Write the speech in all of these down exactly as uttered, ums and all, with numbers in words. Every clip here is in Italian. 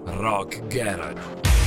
Rock Garage.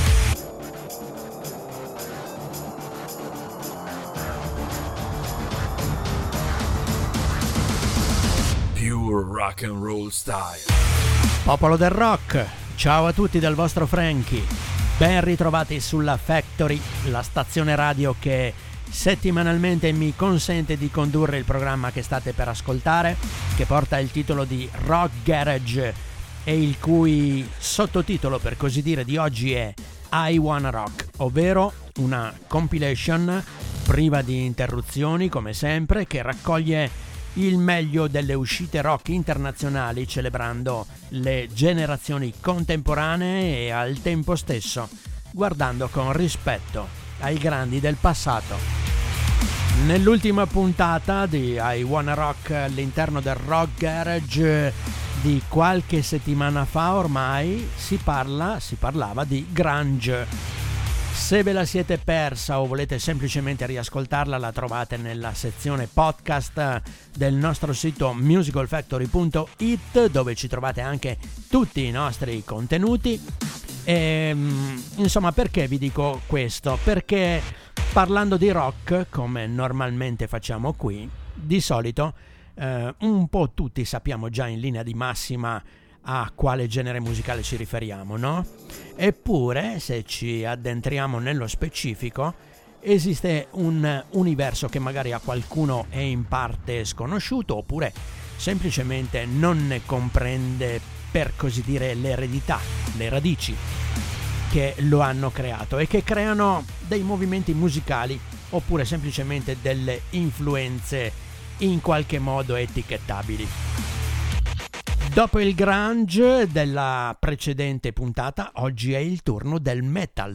Pure rock and roll style. Popolo del rock, ciao a tutti dal vostro Frankie. Ben ritrovati sulla Factory, la stazione radio che settimanalmente mi consente di condurre il programma che state per ascoltare, che porta il titolo di Rock Garage e il cui sottotitolo, per così dire, di oggi è I Wanna Rock, ovvero una compilation priva di interruzioni come sempre, che raccoglie il meglio delle uscite rock internazionali, celebrando le generazioni contemporanee e al tempo stesso guardando con rispetto ai grandi del passato. Nell'ultima puntata di I Wanna Rock all'interno del Rock Garage di qualche settimana fa ormai si parla, si parlava di grunge. Se ve la siete persa o volete semplicemente riascoltarla, la trovate nella sezione podcast del nostro sito musical factory punto it, dove ci trovate anche tutti i nostri contenuti. E, insomma, perché vi dico questo? Perché parlando di rock, come normalmente facciamo qui, di solito eh, un po' tutti sappiamo già in linea di massima a quale genere musicale ci riferiamo, no? Eppure, se ci addentriamo nello specifico, esiste un universo che magari a qualcuno è in parte sconosciuto, oppure semplicemente non ne comprende, per così dire, l'eredità, le radici che lo hanno creato e che creano dei movimenti musicali oppure semplicemente delle influenze in qualche modo etichettabili. Dopo il grunge della precedente puntata, oggi è il turno del metal,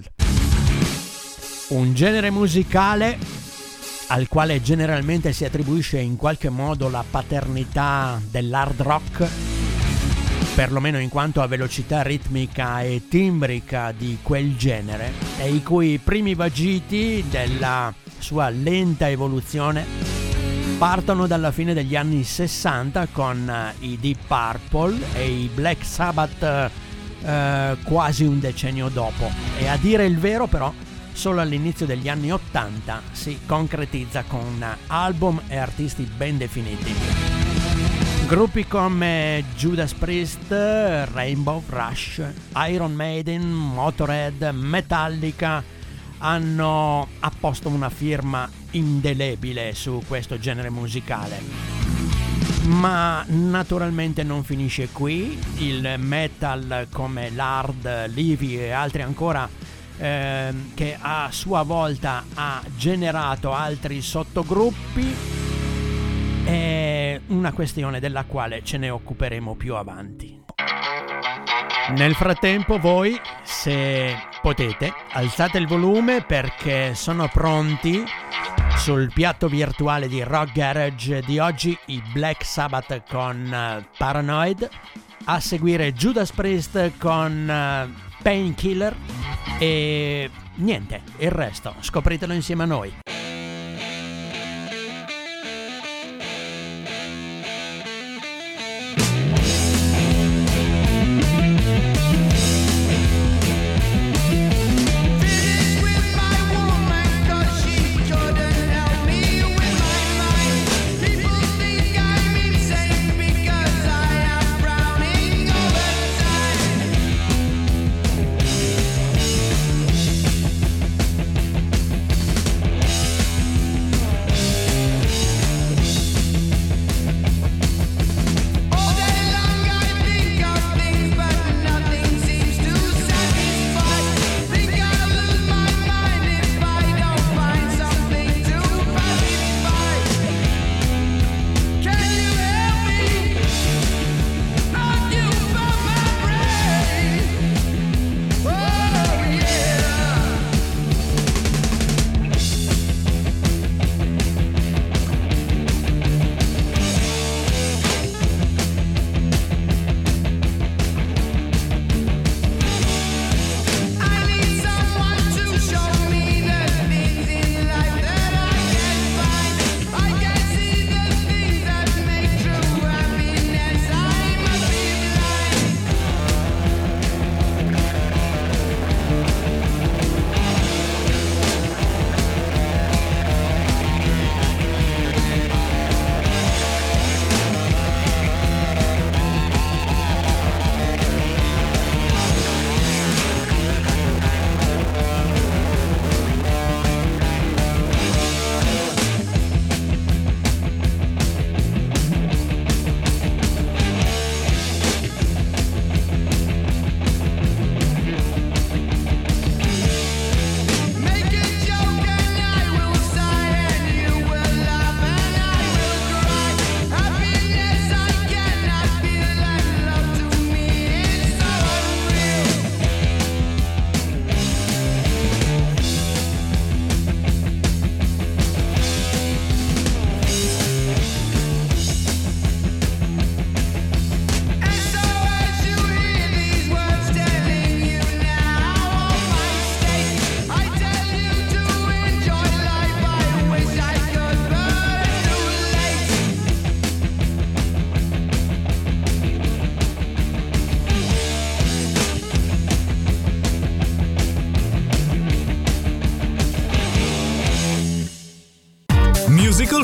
un genere musicale al quale generalmente si attribuisce in qualche modo la paternità dell'hard rock, perlomeno in quanto a velocità ritmica e timbrica di quel genere, e i cui primi vagiti della sua lenta evoluzione partono dalla fine degli anni sessanta con i Deep Purple e i Black Sabbath eh, quasi un decennio dopo, e a dire il vero però solo all'inizio degli anni ottanta si concretizza con album e artisti ben definiti. Gruppi come Judas Priest, Rainbow Rush, Iron Maiden, Motorhead, Metallica hanno apposto una firma indelebile su questo genere musicale. Ma naturalmente non finisce qui. Il metal come l'hard, l'heavy e altri ancora eh, che a sua volta ha generato altri sottogruppi è una questione della quale ce ne occuperemo più avanti. Nel frattempo voi, se potete, alzate il volume perché sono pronti sul piatto virtuale di Rock Garage di oggi i Black Sabbath con uh, Paranoid, a seguire Judas Priest con uh, Painkiller e niente, il resto scopritelo insieme a noi.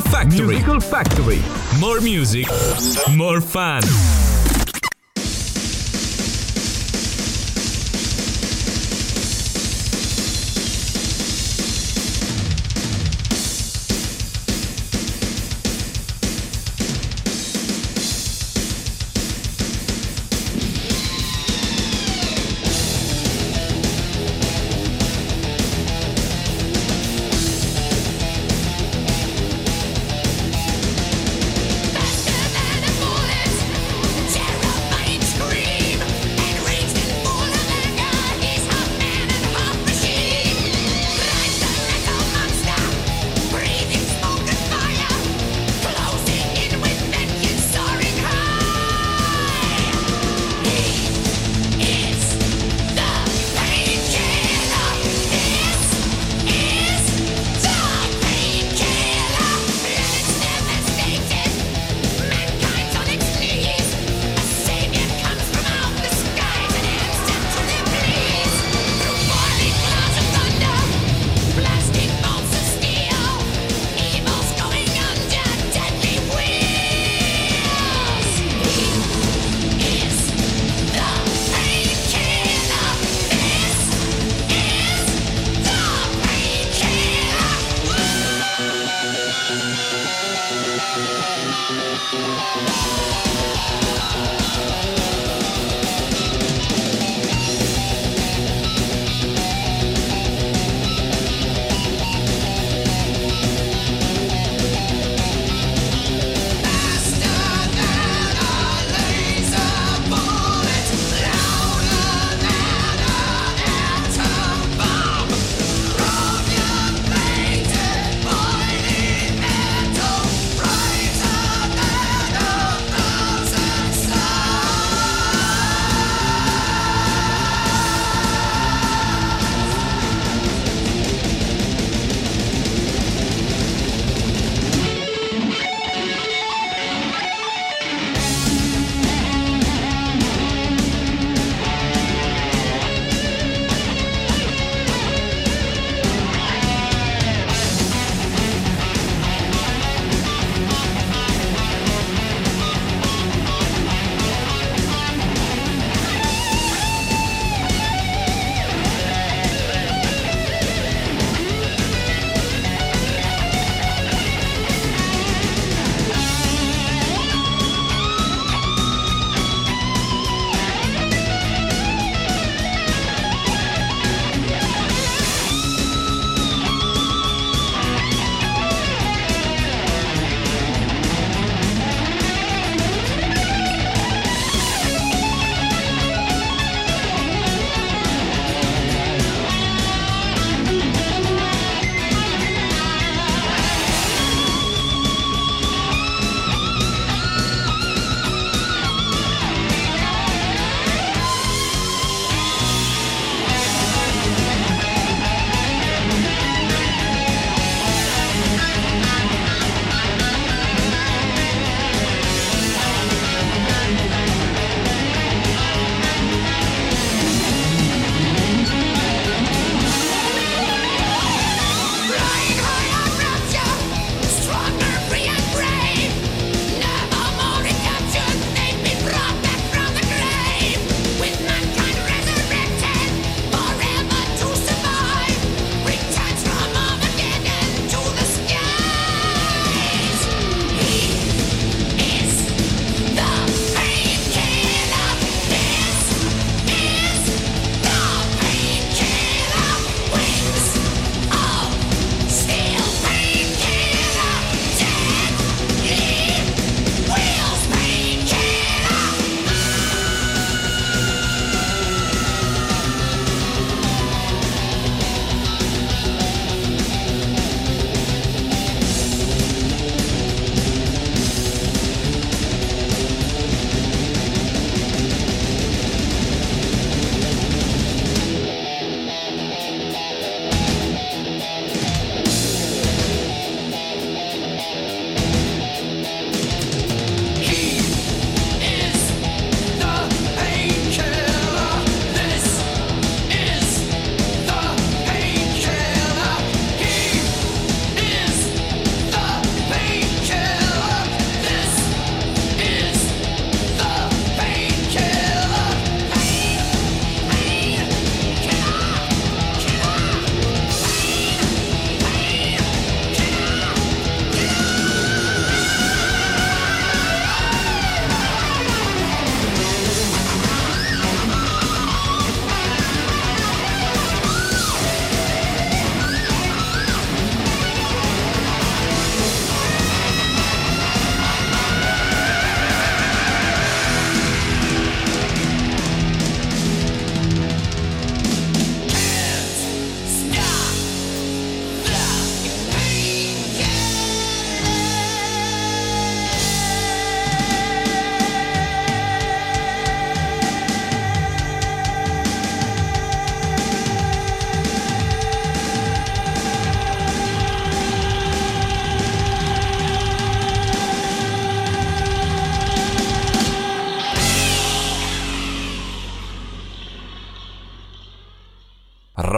Factory. Musical Factory. More music, more fun.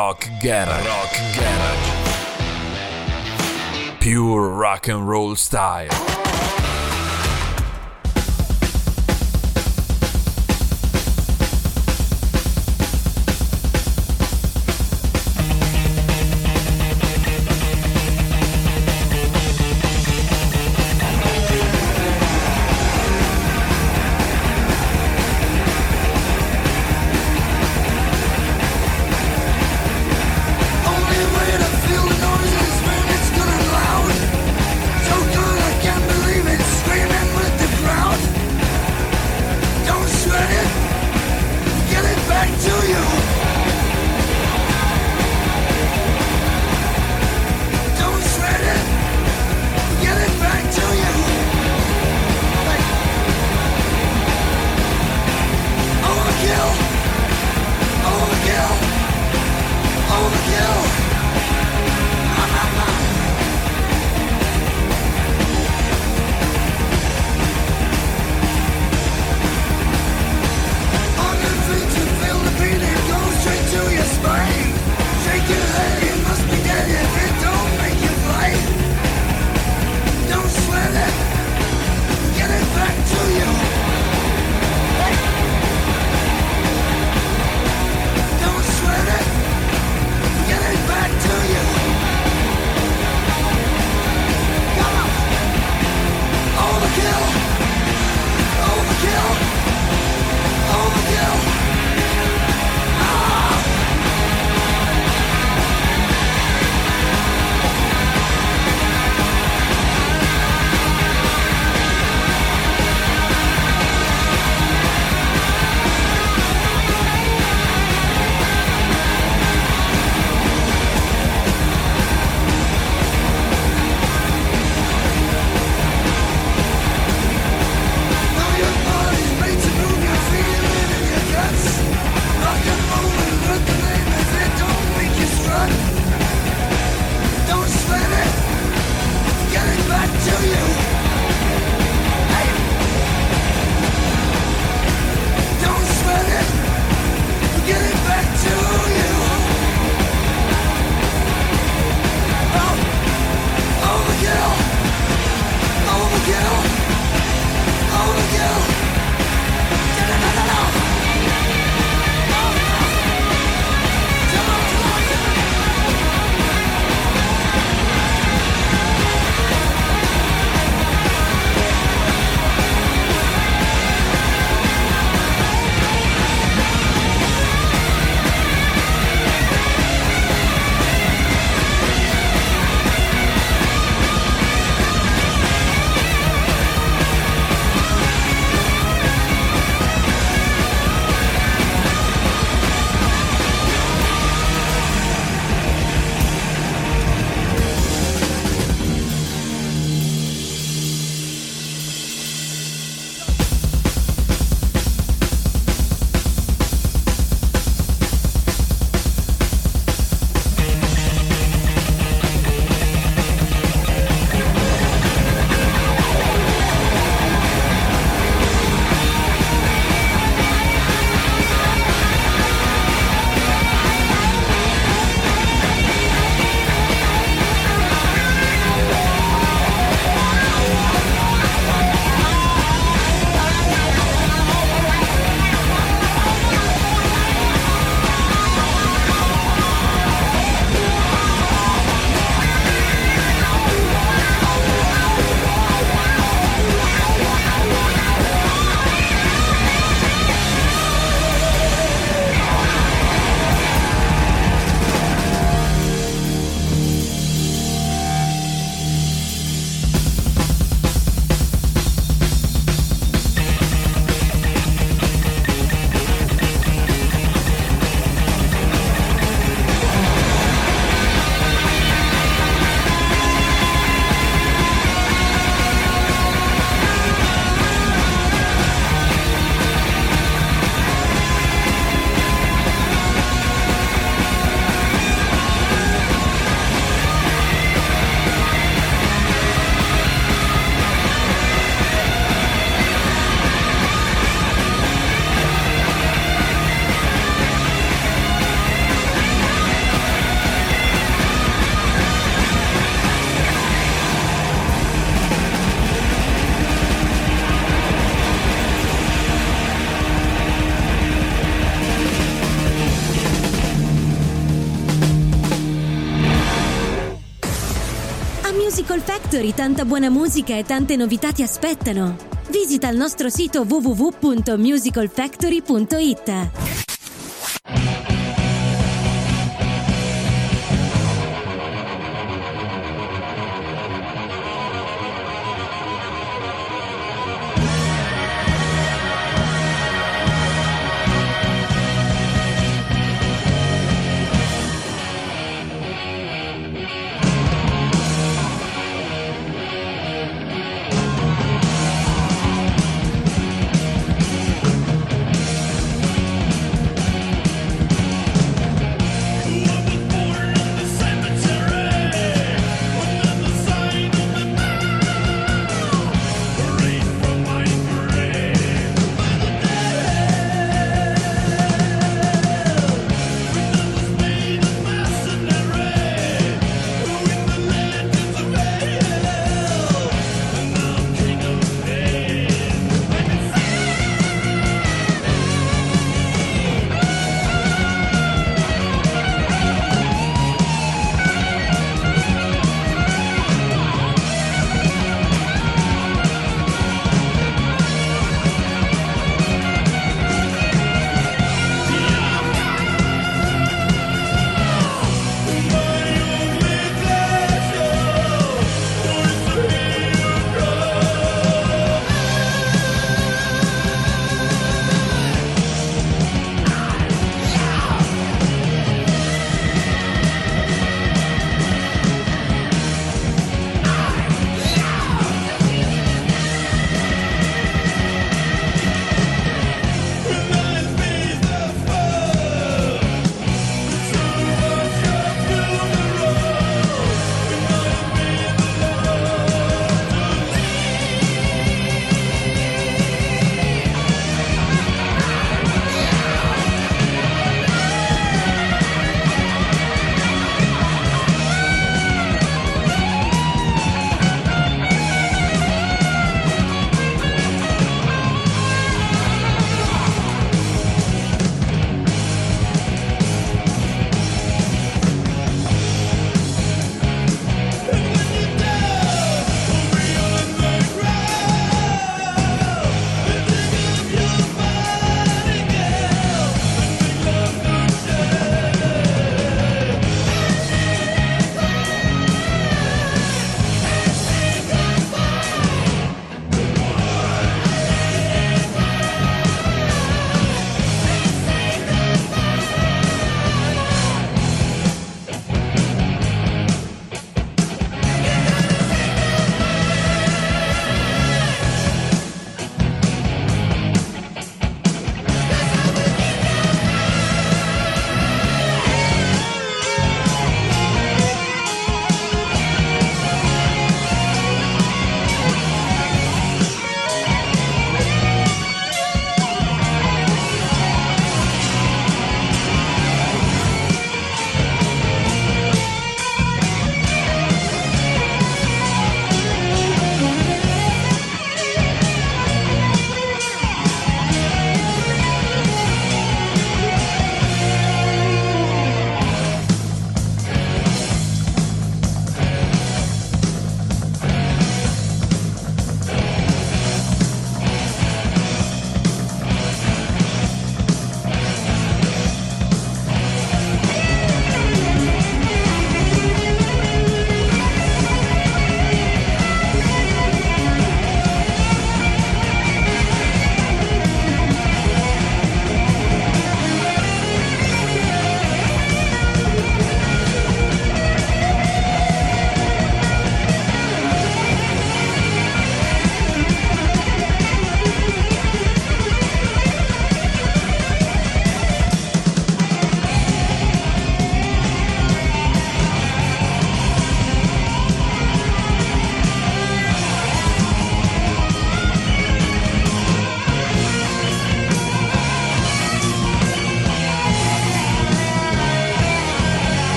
Rock Garage. Rock Garage. Pure rock and roll style. Feel the noises when it's good and loud. So good I can't believe it. Musical Factory, tanta buona musica e tante novità ti aspettano. Visita il nostro sito w w w punto musical factory punto i t.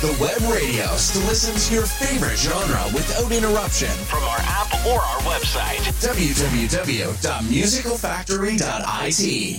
the web radios to listen to your favorite genre without interruption from our app or our website. w w w dot musical factory dot i t.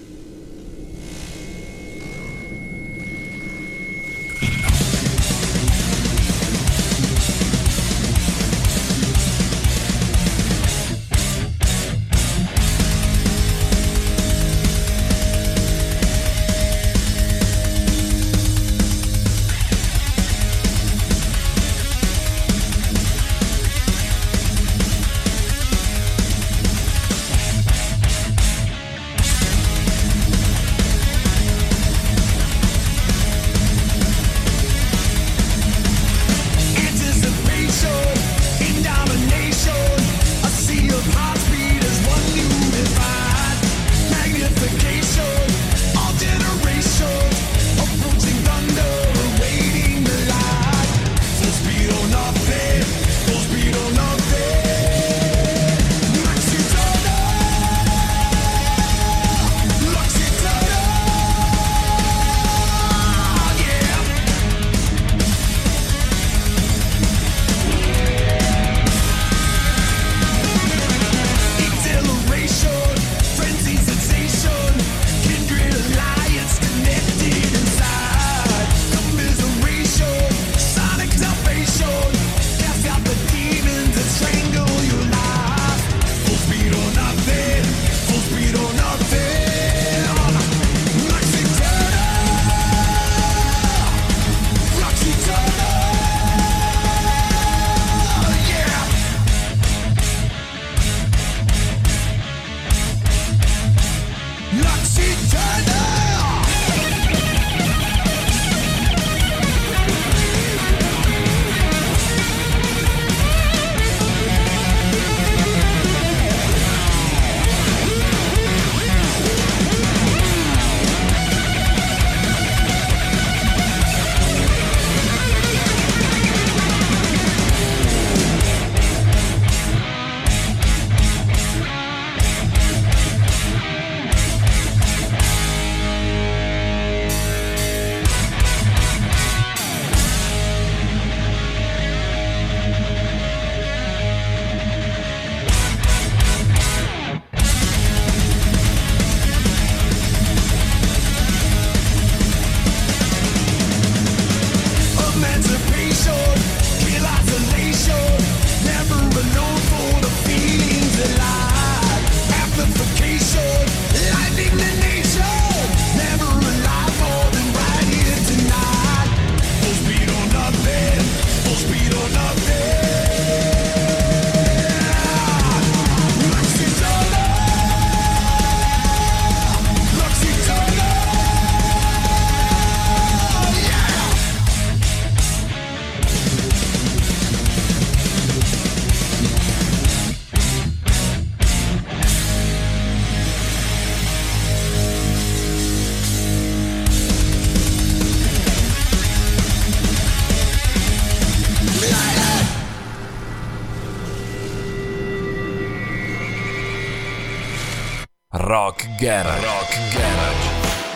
Rock Garage. Rock Garage.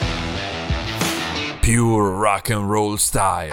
Pure rock and roll style.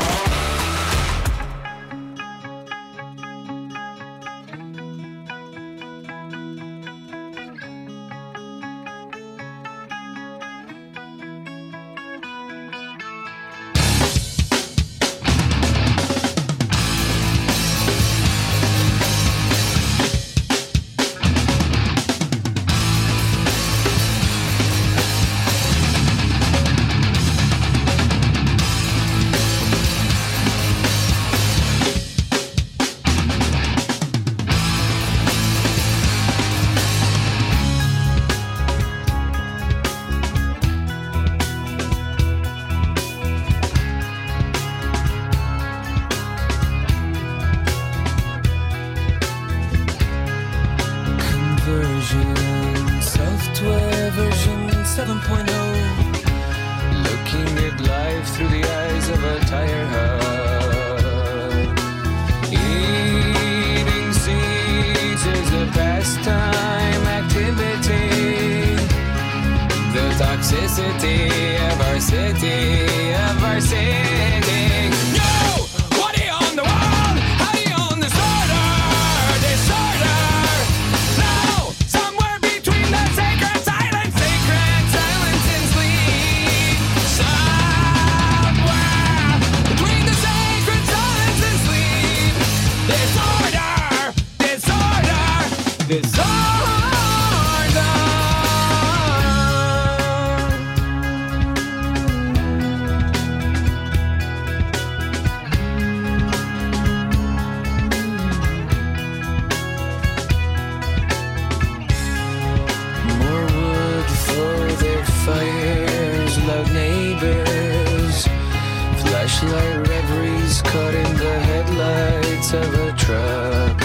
seven point oh, looking at life through the eyes of a tire hub. Eating seeds is a pastime activity. The toxicity of our city, of our city. Torchlight reveries caught in the headlights of a truck.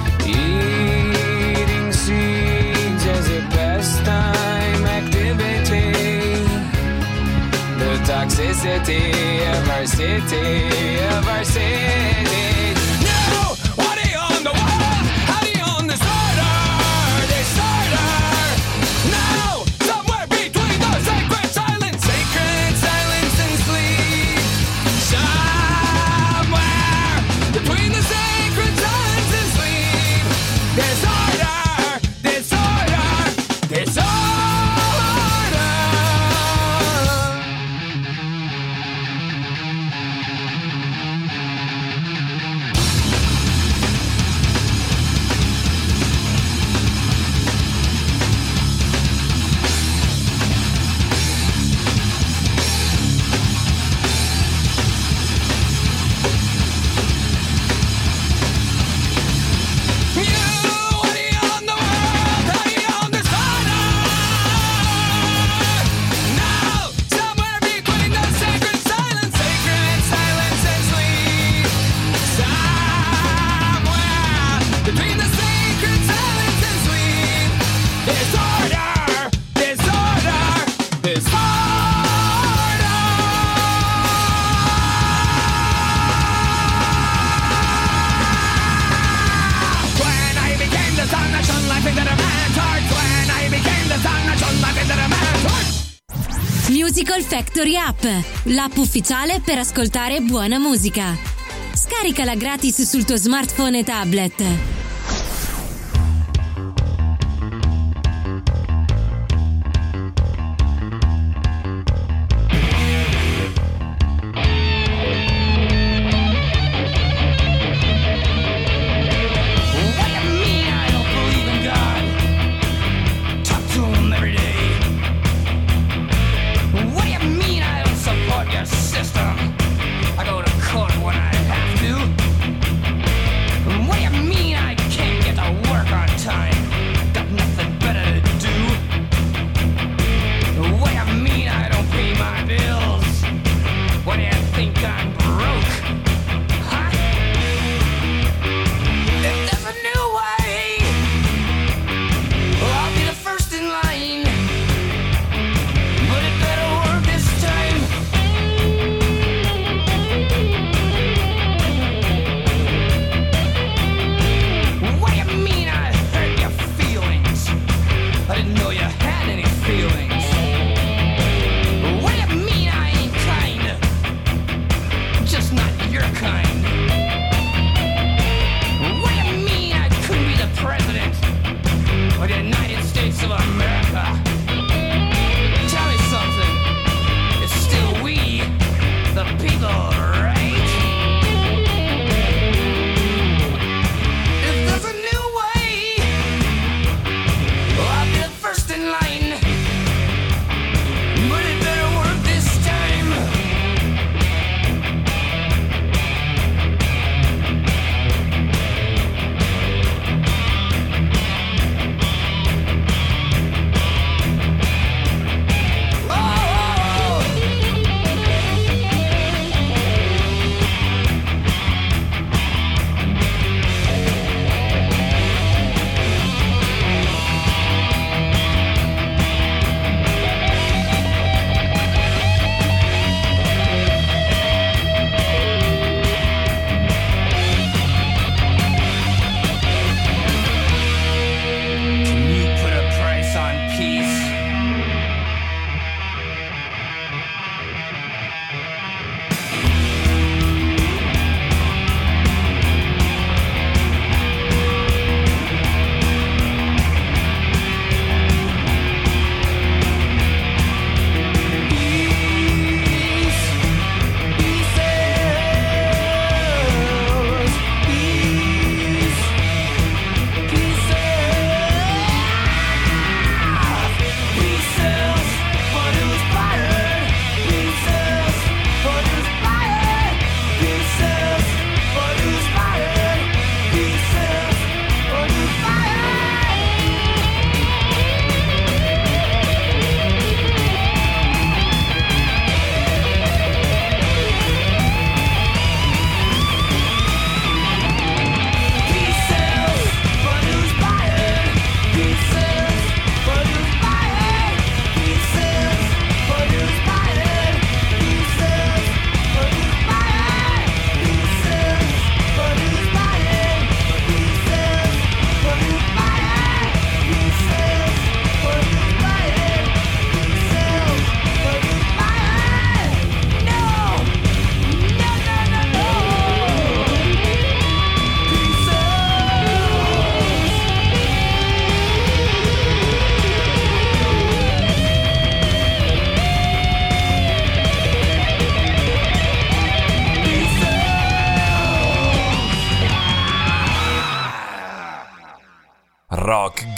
Eating seeds as a pastime activity. The toxicity of our city, of our city. No! What are you on the world? How do you on disorder? Disorder! No! Somewhere between the sacred silence, sacred silence and sleep. Somewhere between the sacred silence and sleep. Disorder! Disorder! Disorder! Musical Factory App, l'app ufficiale per ascoltare buona musica. Scaricala gratis sul tuo smartphone e tablet. I go to court when I have to. What do you mean I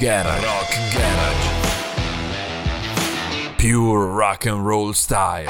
Garage. Rock Garage. Pure rock and roll style.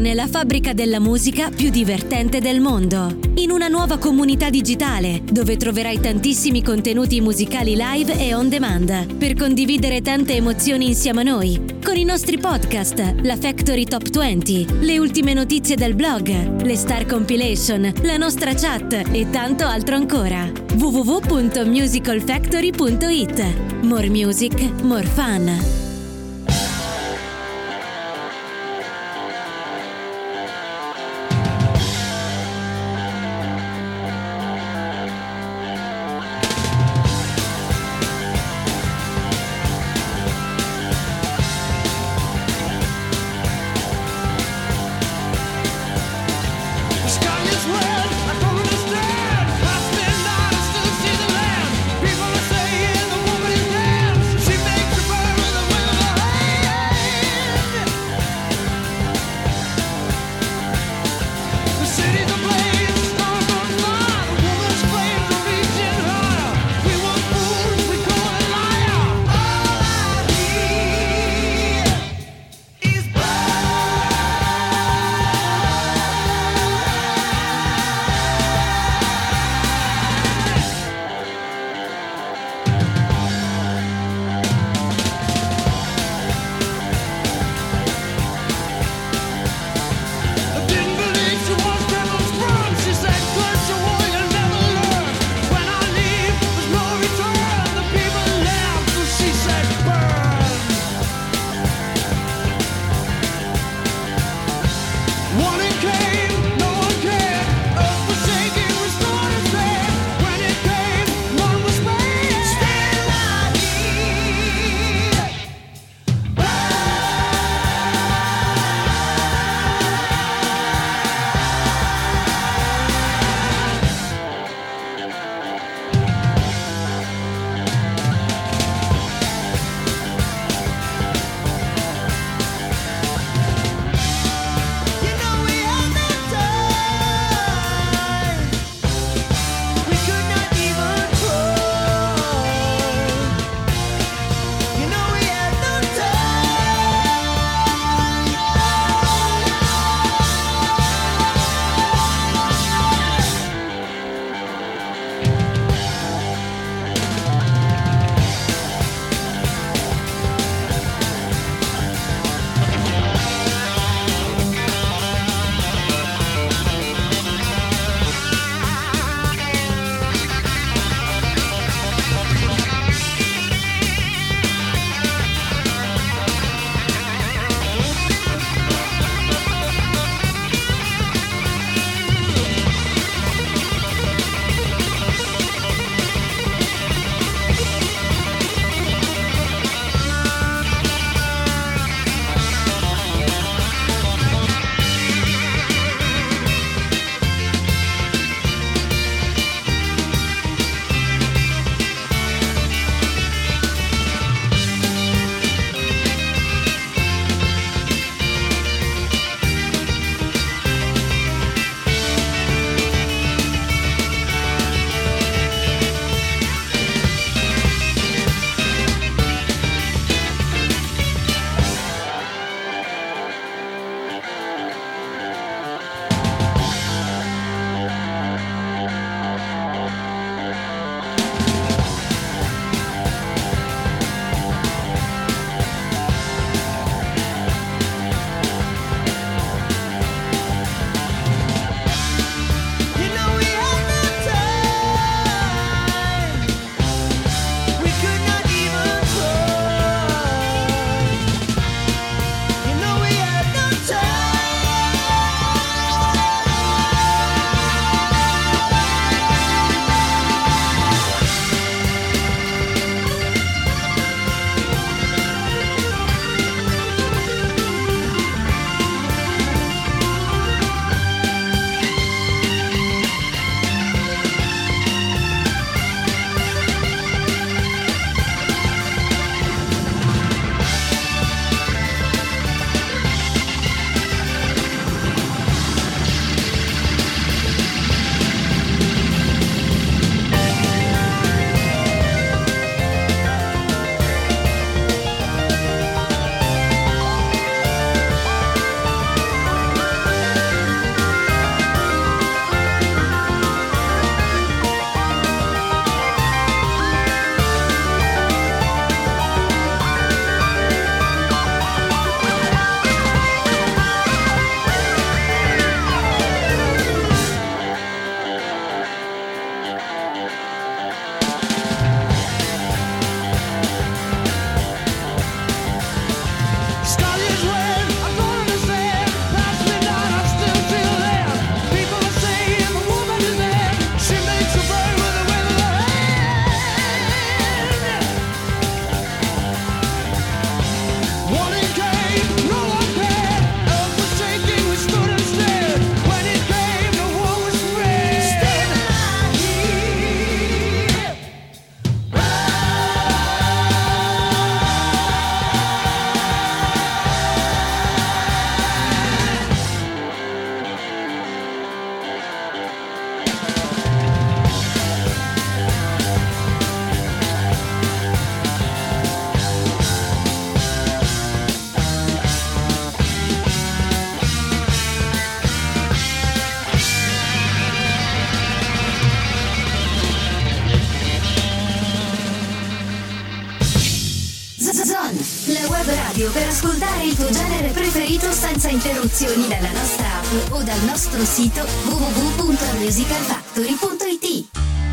nella fabbrica della musica più divertente del mondo, in una nuova comunità digitale dove troverai tantissimi contenuti musicali live e on demand per condividere tante emozioni insieme a noi, con i nostri podcast, la Factory Top venti, le ultime notizie del blog, le Star Compilation, la nostra chat e tanto altro ancora. w w w punto musical factory punto i t. More music, more fun. People are saying the woman is dead. She makes the bird with a Radio per ascoltare il tuo genere preferito senza interruzioni dalla nostra app o dal nostro sito w w w punto musical factory punto i t.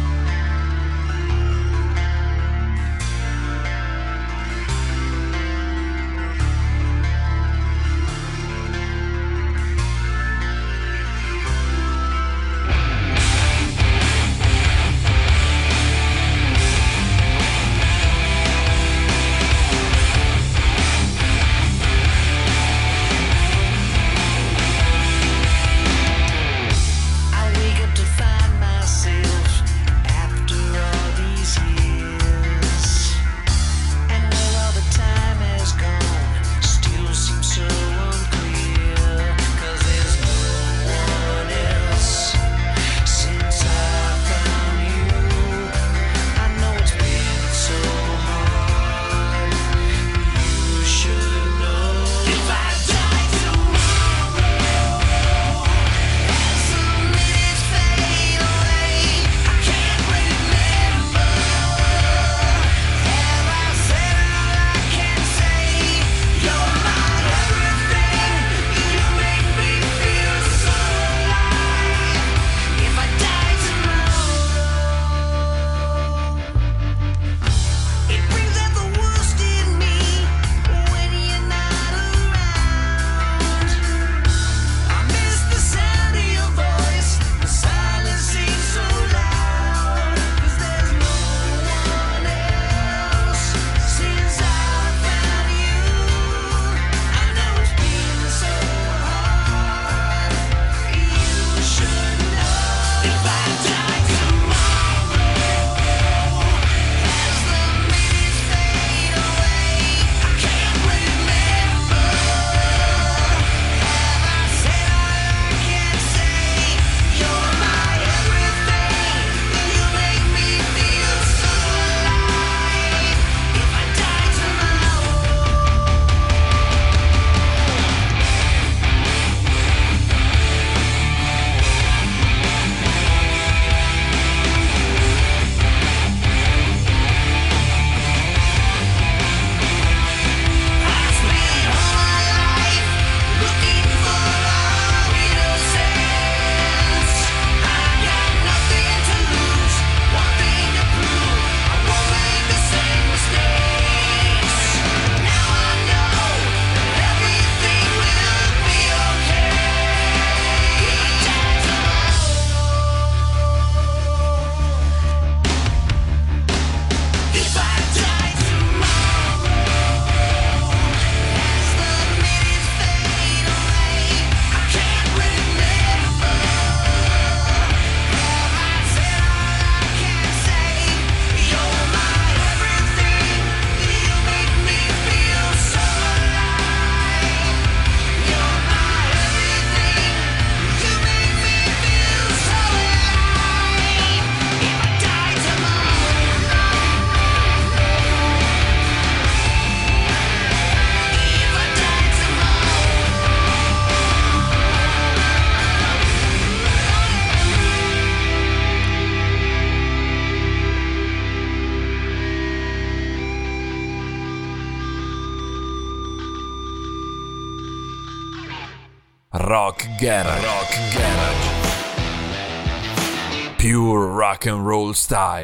I wake up to find myself Rock Garage. Rock Garage. Pure rock and roll style.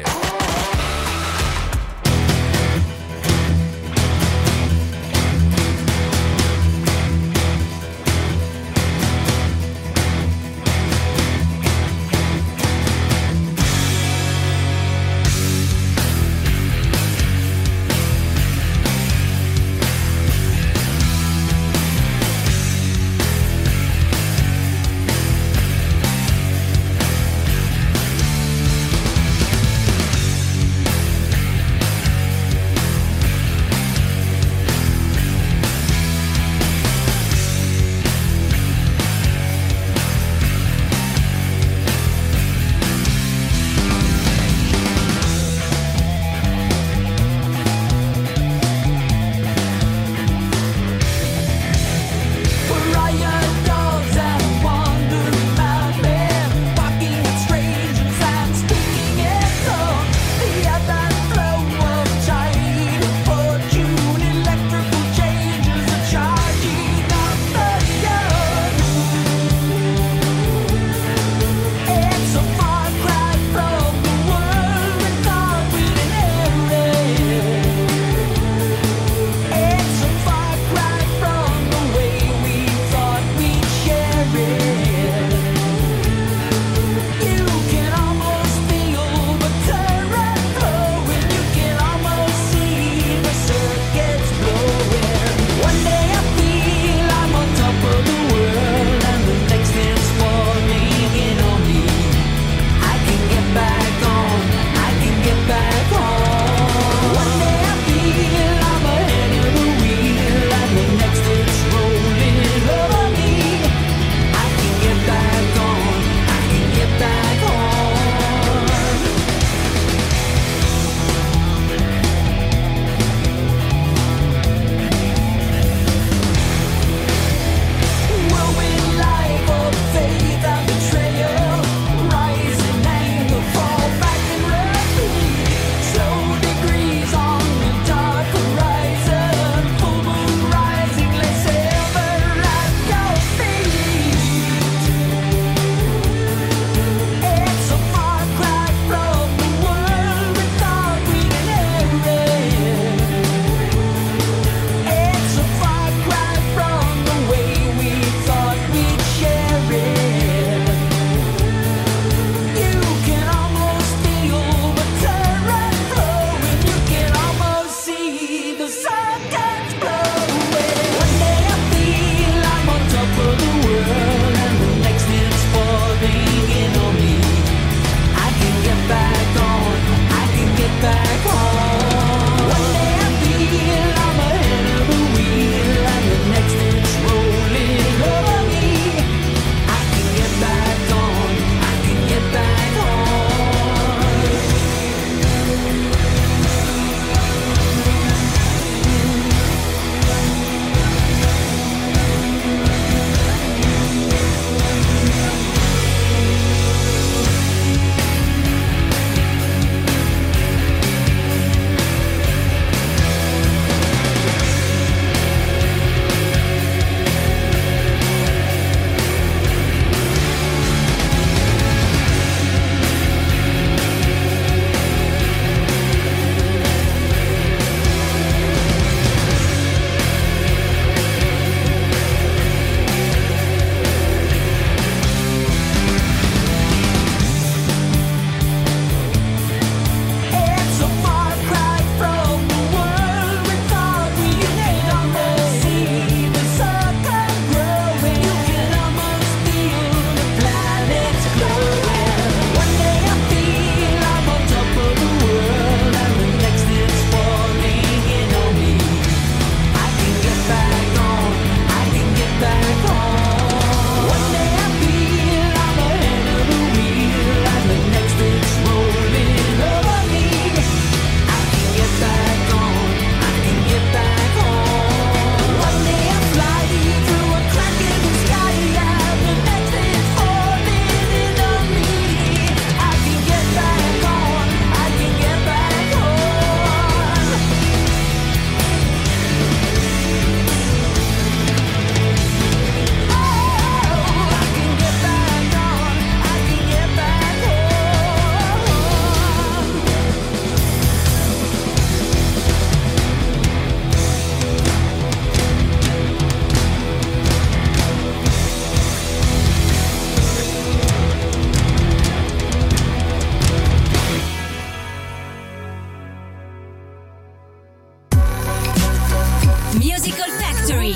Musical Factory.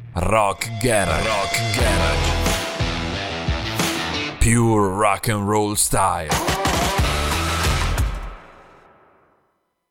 Rock Garage. Rock Garage. Pure rock and roll style.